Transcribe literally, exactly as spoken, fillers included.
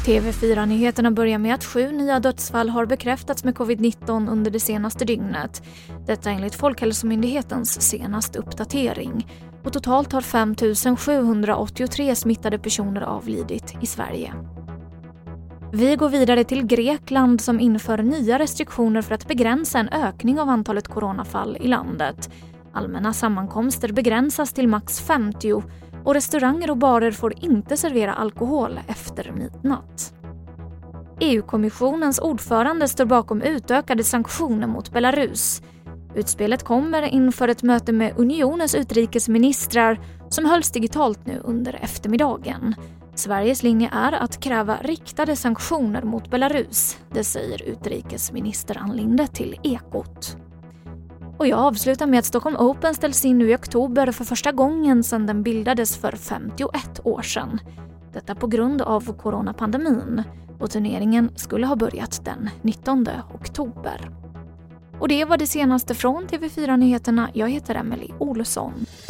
T V fyra-nyheterna börjar med att sju nya dödsfall har bekräftats med covid nitton under det senaste dygnet. Detta enligt Folkhälsomyndighetens senaste uppdatering. Och totalt har fem tusen sjuhundraåttiotre smittade personer avlidit i Sverige. Vi går vidare till Grekland som inför nya restriktioner för att begränsa en ökning av antalet coronafall i landet. Allmänna sammankomster begränsas till max femtio och restauranger och barer får inte servera alkohol efter midnatt. E U-kommissionens ordförande står bakom utökade sanktioner mot Belarus. Utspelet kommer inför ett möte med unionens utrikesministrar som hölls digitalt nu under eftermiddagen. Sveriges linje är att kräva riktade sanktioner mot Belarus, det säger utrikesminister Ann Linde till Ekot. Och jag avslutar med att Stockholm Open ställs in nu i oktober för första gången sedan den bildades för femtioett år sedan. Detta på grund av coronapandemin och turneringen skulle ha börjat den nittonde oktober. Och det var det senaste från T V fyra-nyheterna. Jag heter Emily Olsson.